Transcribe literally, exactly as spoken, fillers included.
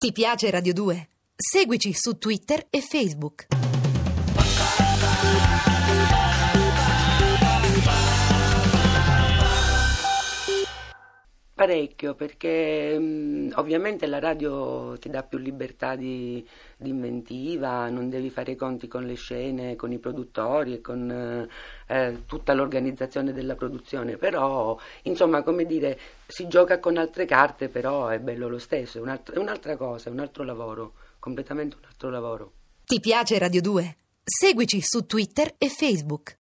Ti piace Radio due? Seguici su Twitter e Facebook. Parecchio, perché mh, ovviamente la radio ti dà più libertà di, di inventiva, non devi fare i conti con le scene, con i produttori e con eh, tutta l'organizzazione della produzione, però insomma, come dire, si gioca con altre carte, però è bello lo stesso, è, un'altra, è un'altra cosa, è un altro lavoro, completamente un altro lavoro. Ti piace Radio due? Seguici su Twitter e Facebook.